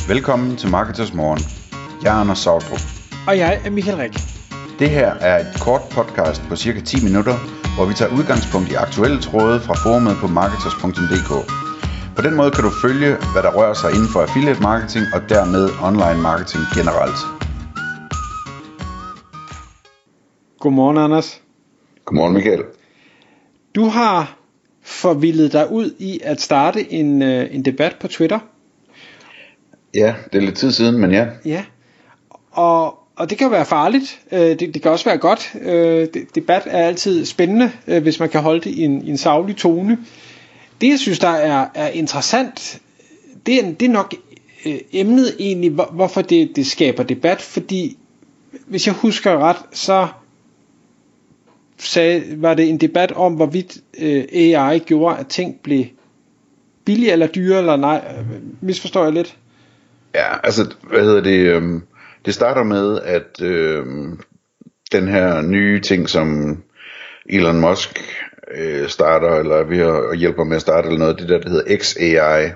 Velkommen til Marketers Morgen. Jeg er Anders Sautrup. Og jeg er Michael Rik. Det her er et kort podcast på cirka 10 minutter, hvor vi tager udgangspunkt i aktuelle tråde fra forumet på marketers.dk. På den måde kan du følge, hvad der rører sig inden for affiliate marketing og dermed online marketing generelt. Godmorgen, Anders. Godmorgen, Michael. Du har forvildet dig ud i at starte en debat på Twitter. Ja, det er lidt tid siden, men ja. Ja, og det kan være farligt. Det kan også være godt. Debat er altid spændende, hvis man kan holde det i en saglig tone. Det, jeg synes, der er interessant, det er nok emnet egentlig, hvorfor det skaber debat. Fordi, hvis jeg husker ret, så var det en debat om, hvorvidt AI gjorde, at ting blev billigere eller dyre, eller nej. Misforstår jeg lidt? Ja, altså, det starter med, at den her nye ting, som Elon Musk starter, eller er ved at hjælpe med at starte, eller noget, det der hedder XAI,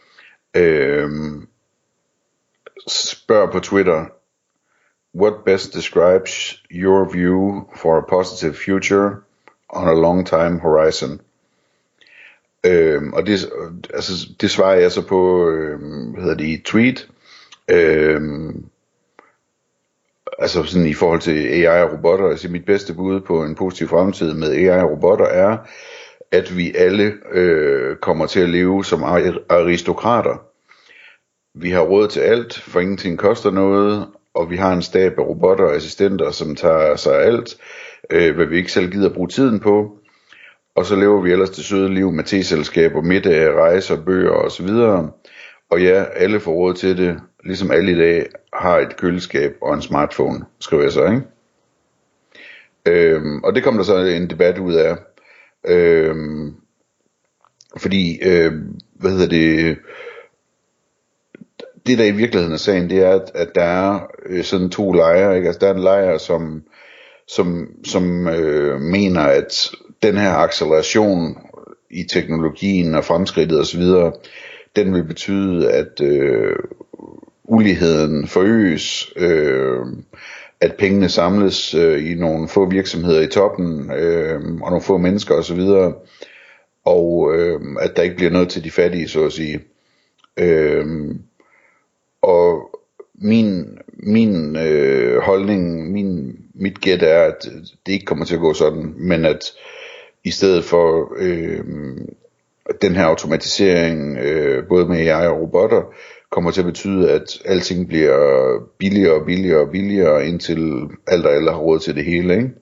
spørger på Twitter, what best describes your view for a positive future on a long time horizon? Og det svarer jeg så på, i tweet, altså sådan i forhold til AI og robotter. Altså mit bedste bud på en positiv fremtid med AI og robotter er, at vi alle kommer til at leve som aristokrater. Vi har råd til alt, for ingenting koster noget, og vi har en stab af robotter og assistenter, som tager sig af alt, hvad vi ikke selv gider bruge tiden på. Og så lever vi ellers det søde liv med teselskaber, middage, rejser, bøger osv. Og ja, alle får råd til det, ligesom alle i dag har et køleskab og en smartphone, skriver jeg så, ikke? Og det kom der så en debat ud af. Fordi, det der i virkeligheden er sagen, det er, at der er sådan to lejre, ikke? Altså der er en lejr, som mener, at den her acceleration i teknologien og fremskridtet osv., den vil betyde, at uligheden forøges, at pengene samles i nogle få virksomheder i toppen, og nogle få mennesker osv., og at der ikke bliver noget til de fattige, så at sige. Og min holdning, mit gæt er, at det ikke kommer til at gå sådan, men at i stedet for den her automatisering, både med AI og robotter, kommer til at betyde, at alting bliver billigere og billigere og billigere, indtil alt og alle har råd til det hele, ikke?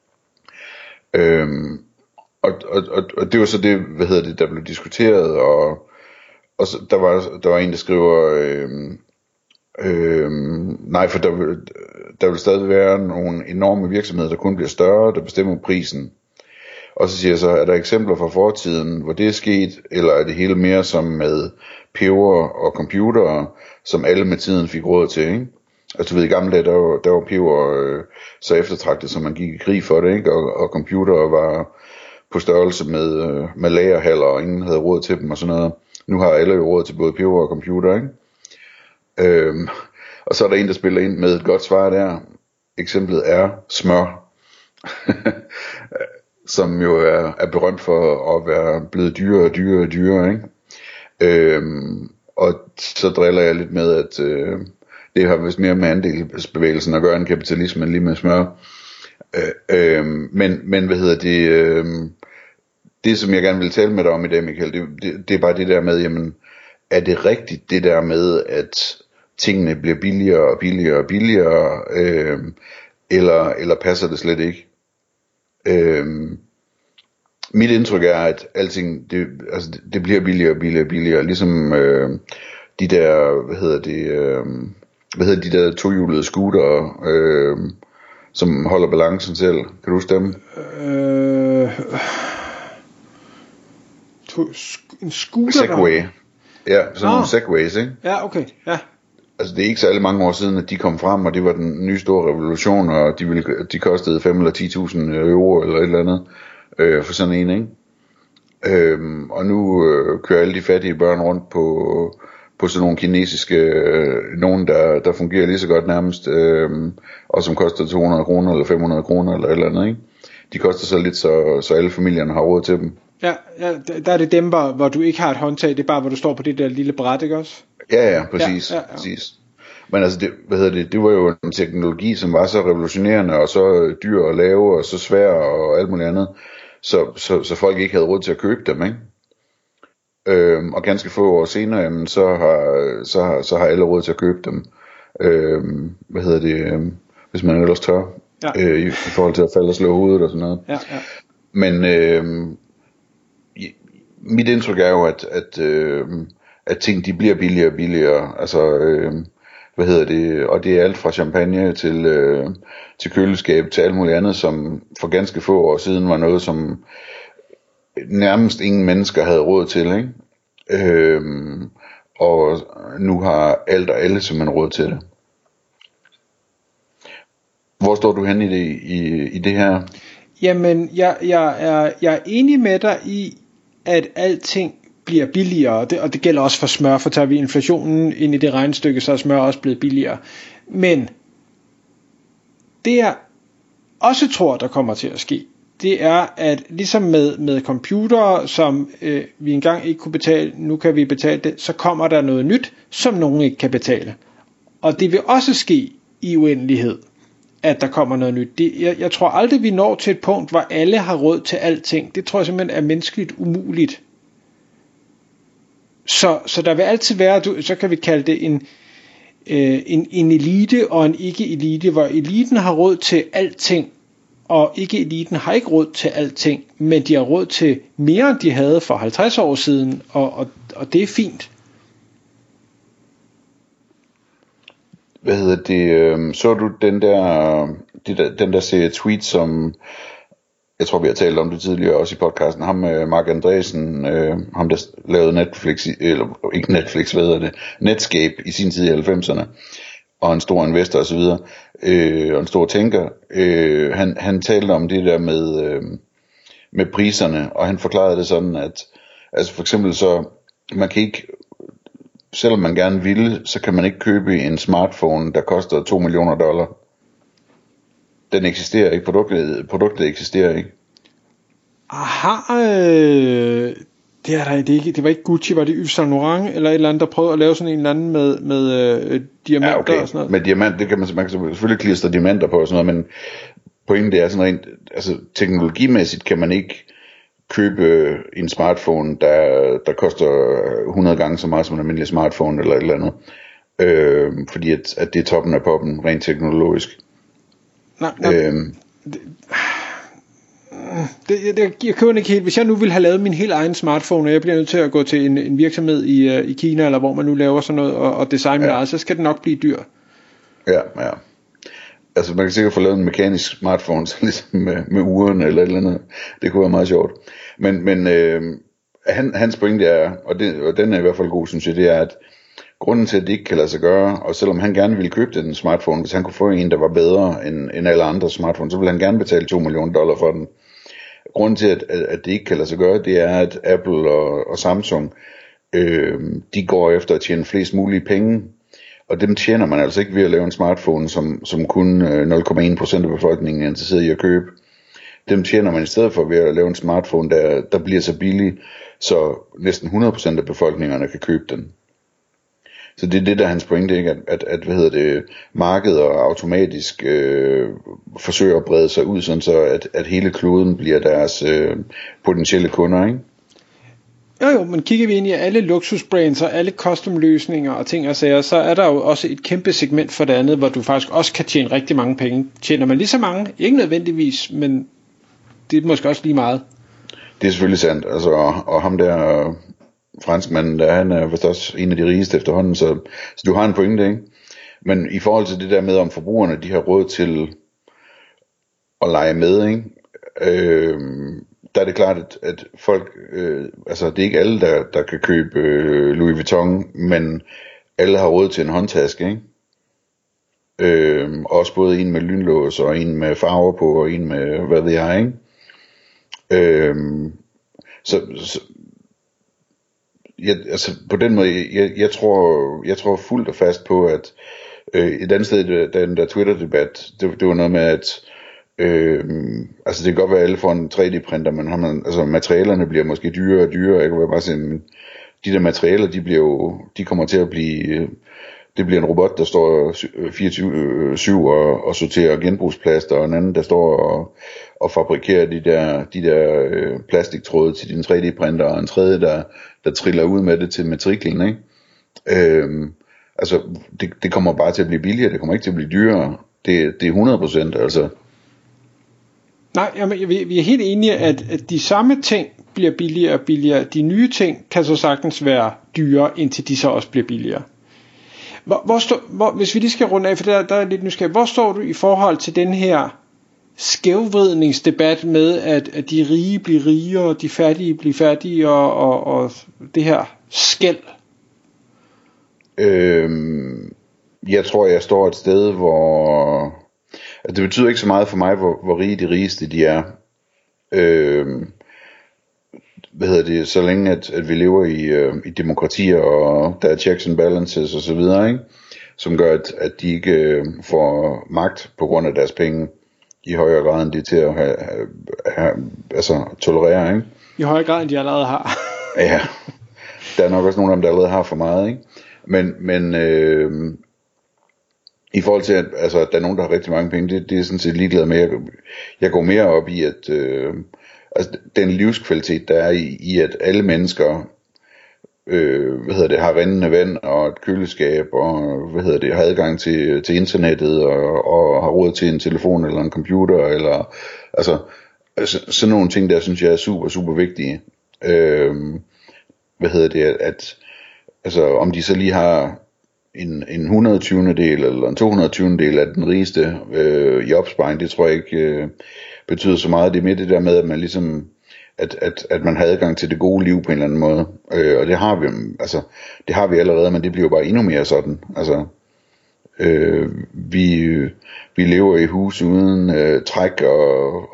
Og det var så det, der blev diskuteret, og så, der var en, der skriver, nej, for der vil stadig være nogle enorme virksomheder, der kun bliver større, der bestemmer prisen. Og så siger jeg så, er der eksempler fra fortiden, hvor det er sket, eller er det hele mere som med peber og computere, som alle med tiden fik råd til, ikke? Altså du ved, i gamle dage, der var peber så eftertragtet, som man gik i krig for det, ikke? Og computere var på størrelse med lagerhaller, og ingen havde råd til dem og sådan noget. Nu har alle jo råd til både peber og computer, ikke? Og så er der en, der spiller ind med et godt svar der. Eksemplet er smør. Som jo er berømt for at være blevet dyrere og dyrere og dyrere, ikke? Og så driller jeg lidt med, at det har vist mere med andelsbevægelsen at gøre end kapitalismen lige med smør. Men det som jeg gerne vil tale med dig om i dag, Michael, det er bare det der med, jamen, er det rigtigt det der med, at tingene bliver billigere og billigere og billigere, eller passer det slet ikke? Mit indtryk er, at alting det bliver billigere og billigere og billigere, ligesom de der de der tohjulede scootere, som holder balancen selv. Kan du huske dem? En scooter? Segway. Ja, sådan nogle Segways, ikke? Ja, okay, ja. Altså det er ikke særlig mange år siden, at de kom frem, og det var den nye store revolution, og de kostede 5 eller 10.000 euro eller et eller andet for sådan en, ikke? Og nu kører alle de fattige børn rundt på sådan nogle kinesiske, nogen der fungerer lige så godt nærmest, og som koster 200 kroner eller 500 kroner eller et eller andet, ikke? De koster så lidt, så alle familierne har råd til dem. Ja, der er det dem, hvor du ikke har et håndtag, det er bare, hvor du står på det der lille bræt, ikke også? Ja, præcis, præcis. Men altså, det var jo en teknologi, som var så revolutionerende, og så dyr at lave, og så svær, og alt muligt andet, så folk ikke havde råd til at købe dem, ikke? Og ganske få år senere, jamen, så har alle råd til at købe dem. Hvis man ellers tør, i forhold til at falde og slå hovedet og sådan noget. Ja. Men mit indtryk er jo, at ting de bliver billigere og billigere. Altså, og det er alt fra champagne til køleskab til alt muligt andet, som for ganske få år siden var noget, som nærmest ingen mennesker havde råd til, ikke? Og nu har alt og alle simpelthen råd til det. Hvor står du hen i det her? Jamen, jeg er enig med dig i, at alting bliver billigere, og det gælder også for smør, for tager vi inflationen ind i det regnestykke, så er smør også blevet billigere. Men det jeg også tror, der kommer til at ske, det er, at ligesom med computere, som vi engang ikke kunne betale, nu kan vi betale det, så kommer der noget nyt, som nogen ikke kan betale. Og det vil også ske i uendelighed, at der kommer noget nyt. Jeg tror aldrig, vi når til et punkt, hvor alle har råd til alting. Det tror jeg simpelthen er menneskeligt umuligt. Så der vil altid være, så kan vi kalde det en elite og en ikke-elite, hvor eliten har råd til alting, og ikke-eliten har ikke råd til alting, men de har råd til mere, end de havde for 50 år siden, og det er fint. Så du den der serie tweet, som jeg tror vi har talt om det tidligere også i podcasten, ham Mark Andreessen, ham der lavede Netflix, eller ikke Netflix, Netscape i sin tid i 90'erne, og en stor investor osv., og en stor tænker, han talte om det der med priserne, og han forklarede det sådan, at altså for eksempel så, man kan ikke, selvom man gerne ville, så kan man ikke købe en smartphone, der koster $2 million. Den eksisterer ikke, produktet eksisterer ikke. Aha, det var ikke Gucci, var det Yves Saint Laurent eller et eller andet, der prøvede at lave sådan en eller anden med diamanter, ja, okay, og sådan noget. Med diamant, det kan man kan selvfølgelig klistre diamanter på og sådan noget, men pointen det er sådan rent, altså teknologimæssigt kan man ikke købe en smartphone, der koster 100 gange så meget som en almindelig smartphone eller et eller andet, fordi at det er toppen af poppen rent teknologisk. Nej. Jeg køber ikke helt. Hvis jeg nu ville have lavet min helt egen smartphone, og jeg bliver nødt til at gå til en virksomhed i Kina, eller hvor man nu laver sådan noget, og designe min eget, så skal det nok blive dyr. Ja. Altså man kan sikkert få lavet en mekanisk smartphone, så ligesom med uren eller et eller andet. Det kunne være meget sjovt. Men hans pointe er, og den er i hvert fald god, synes jeg, det er, at grunden til, at det ikke kan lade sig gøre, og selvom han gerne ville købe den smartphone, hvis han kunne få en, der var bedre end alle andre smartphones, så ville han gerne betale $2 million for den. Grunden til, at det ikke kan lade sig gøre, det er, at Apple og Samsung, de går efter at tjene flest mulige penge, og dem tjener man altså ikke ved at lave en smartphone, som kun 0,1% af befolkningen er interesseret i at købe. Dem tjener man i stedet for ved at lave en smartphone, der bliver så billig, så næsten 100% af befolkningerne kan købe den. Så det er det, der er hans pointe, ikke? At markedet automatisk forsøger at brede sig ud, sådan så at hele kloden bliver deres potentielle kunder, ikke? Jo, men kigger vi ind i alle luksusbrands og alle custom-løsninger og ting og sager, så er der jo også et kæmpe segment for det andet, hvor du faktisk også kan tjene rigtig mange penge. Tjener man lige så mange? Ikke nødvendigvis, men det er måske også lige meget. Det er selvfølgelig sandt, altså, og ham der franskmanden, han er vist også en af de rigeste efterhånden, så du har en pointe, ikke? Men i forhold til det der med, om forbrugerne de har råd til at lege med, ikke? Der er det klart, at folk, altså det er ikke alle, der kan købe Louis Vuitton, men alle har råd til en håndtaske, ikke? Også både en med lynlås, og en med farver på, og en med, hvad ved jeg, ikke? Så altså på den måde, jeg tror fuldt og fast på, at et andet sted, den der Twitter-debat, det var noget med, at altså det kan godt være, at alle får en 3D-printer, men altså materialerne bliver måske dyrere og dyrere. Jeg kan bare sige, de der materialer, de kommer til at blive, det bliver en robot, der står 24/7 og sorterer genbrugsplast, og en anden, der står og fabrikerer de der plastiktråde til din 3D-printer, og en tredje, der triller ud med det til matriklen, ikke? Altså, det kommer bare til at blive billigere, det kommer ikke til at blive dyrere. Det er 100%, altså. Nej, jamen, vi er helt enige, at de samme ting bliver billigere og billigere. De nye ting kan så sagtens være dyre, indtil de så også bliver billigere. Hvis vi lige skal runde af, for der er lidt nysgerrig. Hvor står du i forhold til den her skævvridningsdebat med, at de rige bliver rigere, og de fattige bliver fattige, og det her skel? Jeg tror, jeg står et sted, hvor altså, det betyder ikke så meget for mig, hvor rige de rigeste de er. Så længe at vi lever i demokratier, og der er checks and balances og så videre, ikke? Som gør, at de ikke får magt på grund af deres penge i højere grad end de til at have altså tolerere, ikke? I højere grad end de allerede har. Ja, der er nok også nogle af dem, der allerede har for meget, ikke? Men i forhold til, at altså, der er nogen, der har rigtig mange penge, det er sådan set ligeglad med. Jeg går mere op i, at altså, den livskvalitet, der er i at alle mennesker har rindende vand og et køleskab og har adgang til internettet og har råd til en telefon eller en computer eller altså sådan nogle ting der, synes jeg er super super vigtige. At altså om de så lige har en 120. del eller en 220. del af den rigeste i opsparing, det tror jeg ikke betyder så meget. Det er mere det der med, at man ligesom at man har adgang til det gode liv på en eller anden måde, og det har vi allerede, men det bliver jo bare endnu mere sådan. Altså vi lever i hus uden træk og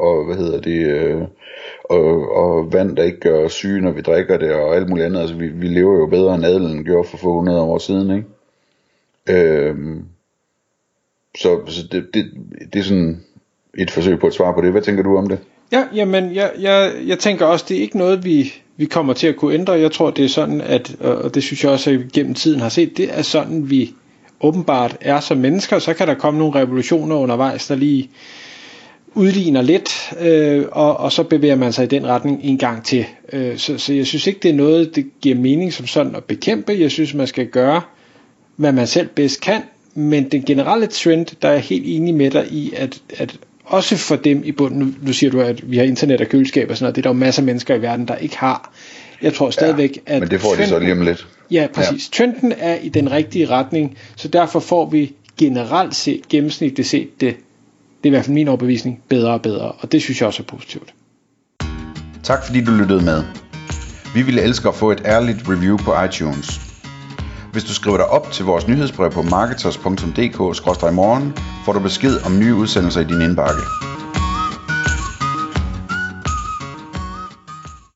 og vand, der ikke gør os syge, når vi drikker det, og alt muligt andet. Altså vi lever jo bedre end adelen gjorde for få 100 år siden, ikke? Så det er sådan et forsøg på at svare på det. Hvad tænker du om det? Ja, jamen jeg tænker også, det er ikke noget vi kommer til at kunne ændre. Jeg tror, det er sådan, at, og det synes jeg også, at gennem tiden har set, det er sådan, vi åbenbart er som mennesker. Så kan der komme nogle revolutioner undervejs, der lige udligner lidt, og så bevæger man sig i den retning en gang til. Så jeg synes ikke, det er noget, det giver mening som sådan at bekæmpe. Jeg synes, man skal gøre, hvad man selv bedst kan. Men den generelle trend, der er jeg helt enig med dig i, at også for dem i bunden, nu siger du, at vi har internet og køleskab og sådan noget, det er der jo masser af mennesker i verden, der ikke har. Jeg tror stadigvæk, at men det får de så lige om lidt. Ja, præcis. Ja. Trenden er i den rigtige retning, så derfor får vi generelt set, gennemsnitligt set, det er i hvert fald min overbevisning, bedre og bedre, og det synes jeg også er positivt. Tak fordi du lyttede med. Vi ville elske at få et ærligt review på iTunes. Hvis du skriver dig op til vores nyhedsbrev på marketers.dk/morgen, får du besked om nye udsendelser i din indbakke.